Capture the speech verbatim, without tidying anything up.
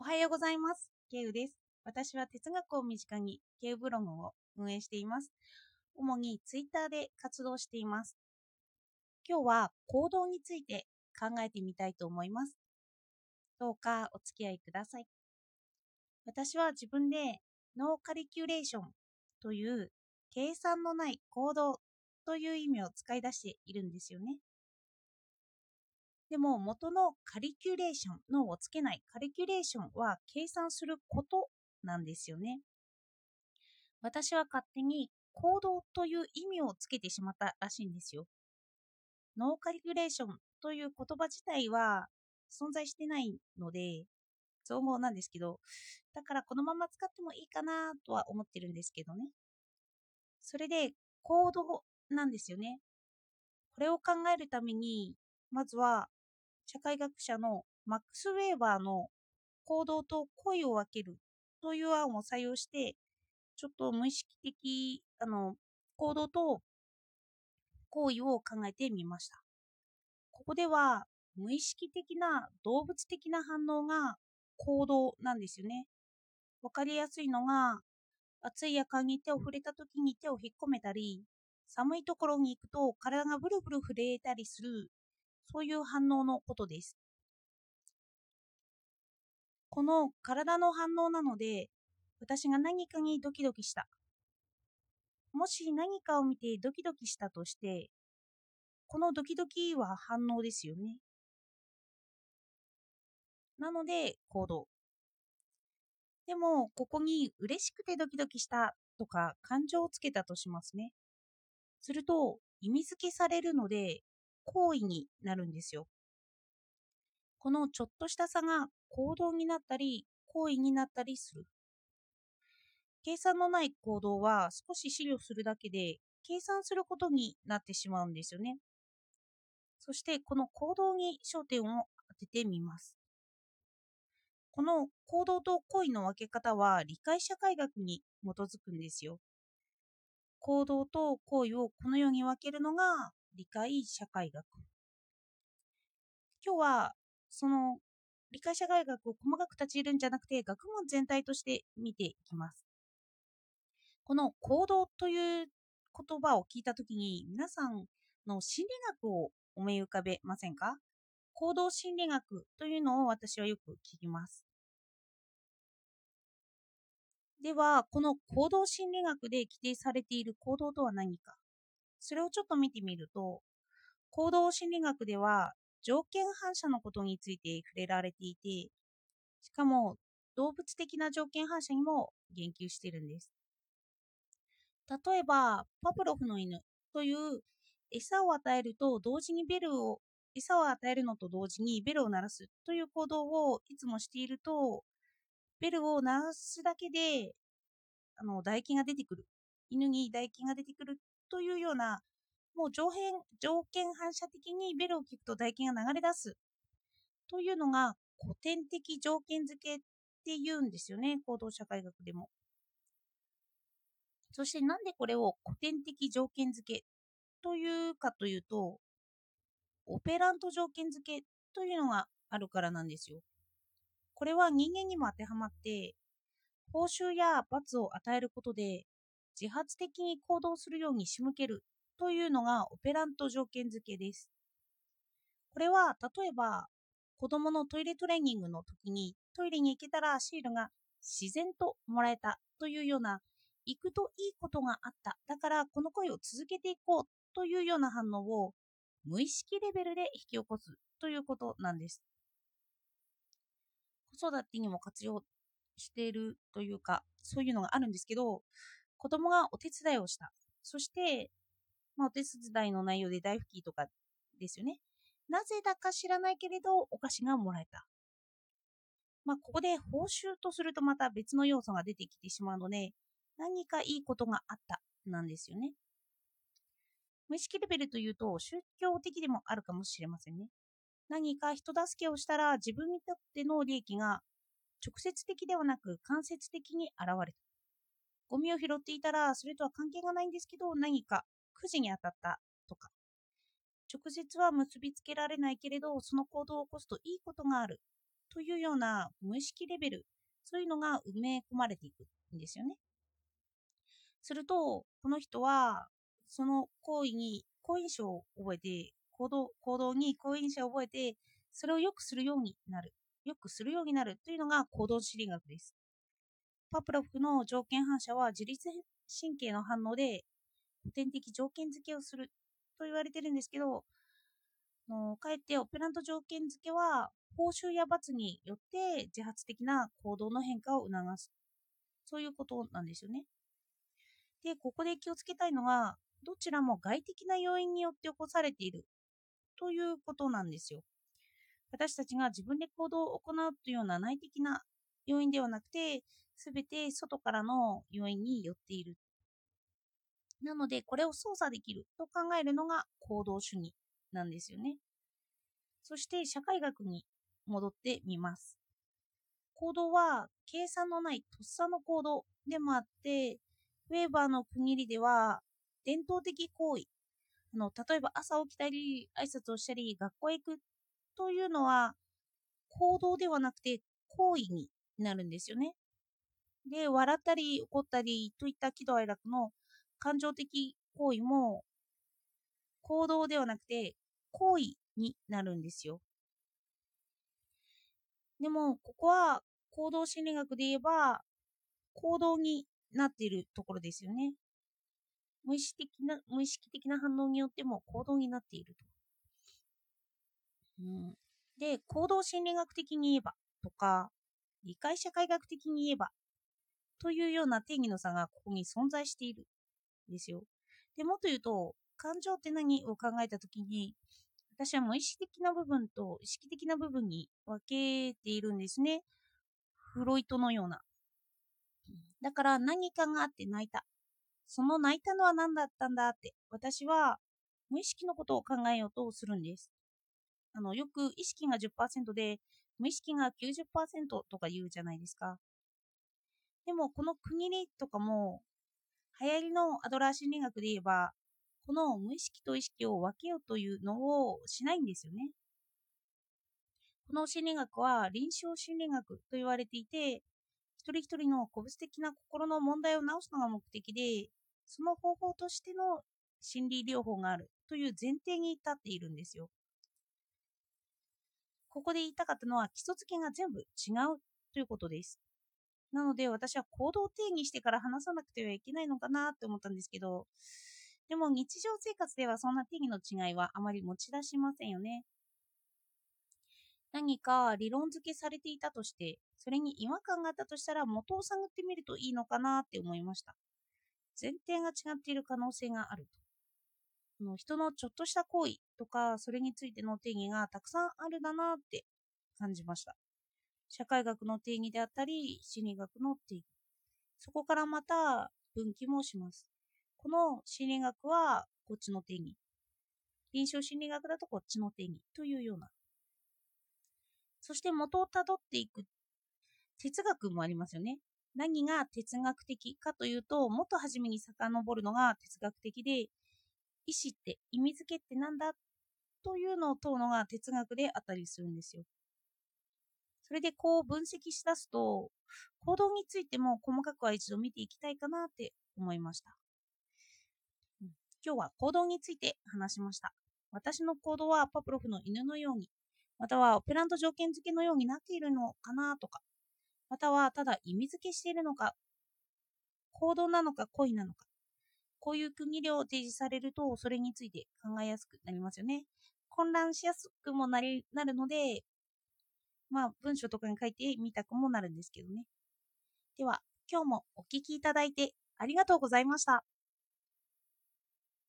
はようございます。ケウです。私は哲学を身近にケウブログを運営しています。主にツイッターで活動しています。今日は行動について考えてみたいと思います。どうかお付き合いください。私は自分でノーカリキュレーションという計算のない行動という意味を使い出しているんですよね。でも元のカリキュレーションのをつけないカリキュレーションは計算することなんですよね。私は勝手に行動という意味をつけてしまったらしいんですよ。ノーカリキュレーションという言葉自体は存在してないので、造語なんですけど、だからこのまま使ってもいいかなとは思ってるんですけどね。それで行動なんですよね。これを考えるために、まずは社会学者のマックス・ウェーバーの行動と行為を分けるという案を採用して、ちょっと無意識的あの行動と行為を考えてみました。ここでは無意識的な動物的な反応が行動なんですよね。わかりやすいのが、暑い夜間に手を触れた時に手を引っ込めたり、寒いところに行くと体がブルブル震えたりする、そういう反応のことです。この体の反応なので、私が何かにドキドキした。もし何かを見てドキドキしたとして、このドキドキは反応ですよね。なので行動。でも、ここに嬉しくてドキドキしたとか感情をつけたとしますね。すると、意味付けされるので、行為になるんですよ。このちょっとした差が行動になったり、行為になったりする。計算のない行動は少し資料するだけで、計算することになってしまうんですよね。そして、この行動に焦点を当ててみます。この行動と行為の分け方は理解社会学に基づくんですよ。行動と行為をこのように分けるのが理解社会学。今日はその理解社会学を細かく立ち入るんじゃなくて学問全体として見ていきます。この行動という言葉を聞いたときに皆さんの心理学を思い浮かべませんか？行動心理学というのを私はよく聞きます。では、この行動心理学で規定されている行動とは何か、それをちょっと見てみると、行動心理学では条件反射のことについて触れられていて、しかも動物的な条件反射にも言及しているんです。例えば、パブロフの犬という餌を与えると同時にベルを餌を与えるのと同時にベルを鳴らすという行動をいつもしていると、ベルを鳴らすだけであの唾液が出てくる、犬に唾液が出てくるというような、もう条件条件反射的にベルを聞くと唾液が流れ出すというのが古典的条件付けっていうんですよね、行動社会学でも。そしてなんでこれを古典的条件付けというかというと、オペラント条件付けというのがあるからなんですよ。これは人間にも当てはまって、報酬や罰を与えることで自発的に行動するように仕向けるというのがオペラント条件付けです。これは例えば子供のトイレトレーニングの時にトイレに行けたらシールが自然ともらえたというような、行くといいことがあった、だからこの行為を続けていこうというような反応を無意識レベルで引き起こすということなんです。子育てにも活用しているというか、そういうのがあるんですけど、子供がお手伝いをした。そして、まあ、お手伝いの内容で大拭きとかですよね。なぜだか知らないけれど、お菓子がもらえた。まあ、ここで報酬とするとまた別の要素が出てきてしまうので、何かいいことがあったなんですよね。無意識レベルというと宗教的でもあるかもしれませんね。何か人助けをしたら自分にとっての利益が直接的ではなく間接的に現れた。ゴミを拾っていたらそれとは関係がないんですけど、何かくじに当たったとか、直接は結びつけられないけれどその行動を起こすといいことがあるというような無意識レベル、そういうのが埋め込まれていくんですよね。すると、この人はその行為に好印象を覚えて、行動行動に好印象を覚えて、それをよくするようになる。よくするようになるというのが行動心理学です。パプロフの条件反射は自律神経の反応で古典的条件付けをすると言われてるんですけど、かえってオペラント条件付けは報酬や罰によって自発的な行動の変化を促す。そういうことなんですよね。で、ここで気をつけたいのは、どちらも外的な要因によって起こされているということなんですよ。私たちが自分で行動を行うというような内的な要因ではなくて、すべて外からの要因によっている。なので、これを操作できると考えるのが行動主義なんですよね。そして社会学に戻ってみます。行動は計算のないとっさの行動でもあって、ウェーバーの区切りでは伝統的行為、あの例えば朝起きたり挨拶をしたり学校へ行くというのは行動ではなくて行為になるんですよね。で、笑ったり怒ったりといった喜怒哀楽の感情的行為も行動ではなくて行為になるんですよ。でも、ここは行動心理学で言えば行動になっているところですよね。無意識的な、無意識的な反応によっても行動になっていると。うん、で、行動心理学的に言えばとか、理解社会学的に言えばというような定義の差がここに存在しているんですよ。でもっと言うと、感情って何を考えたときに、私は無意識的な部分と意識的な部分に分けているんですね。フロイトのような。だから何かがあって泣いた。その泣いたのは何だったんだって、私は無意識のことを考えようとするんです。あのよく意識が じゅっパーセント で無意識が きゅうじゅっパーセント とか言うじゃないですか。でもこの区切りとかも流行りのアドラー心理学で言えば、この無意識と意識を分けようというのをしないんですよね。この心理学は臨床心理学と言われていて、一人一人の個別的な心の問題を治すのが目的で、その方法としての心理療法があるという前提に立っているんですよ。ここで言いたかったのは基礎付けが全部違うということです。なので私は行動を定義してから話さなくてはいけないのかなって思ったんですけど、でも日常生活ではそんな定義の違いはあまり持ち出しませんよね。何か理論付けされていたとして、それに違和感があったとしたら元を探ってみるといいのかなって思いました。前提が違っている可能性があると。の人のちょっとした行為とか、それについての定義がたくさんあるだなって感じました。社会学の定義であったり、心理学の定義。そこからまた分岐もします。この心理学はこっちの定義。臨床心理学だとこっちの定義というような。そして元をたどっていく哲学もありますよね。何が哲学的かというと、もっと初めに遡るのが哲学的で、意思って意味付けってなんだというのを問うのが哲学であったりするんですよ。それでこう分析しだすと、行動についても細かくは一度見ていきたいかなって思いました。うん、今日は行動について話しました。私の行動はパプロフの犬のように、またはオペラント条件付けのようになっているのかなとか、またはただ意味付けしているのか、行動なのか恋なのか、こういう区切りを提示されると、それについて考えやすくなりますよね。混乱しやすくもなりなるので、まあ、文章とかに書いてみたくもなるんですけどね。では、今日もお聞きいただいてありがとうございました。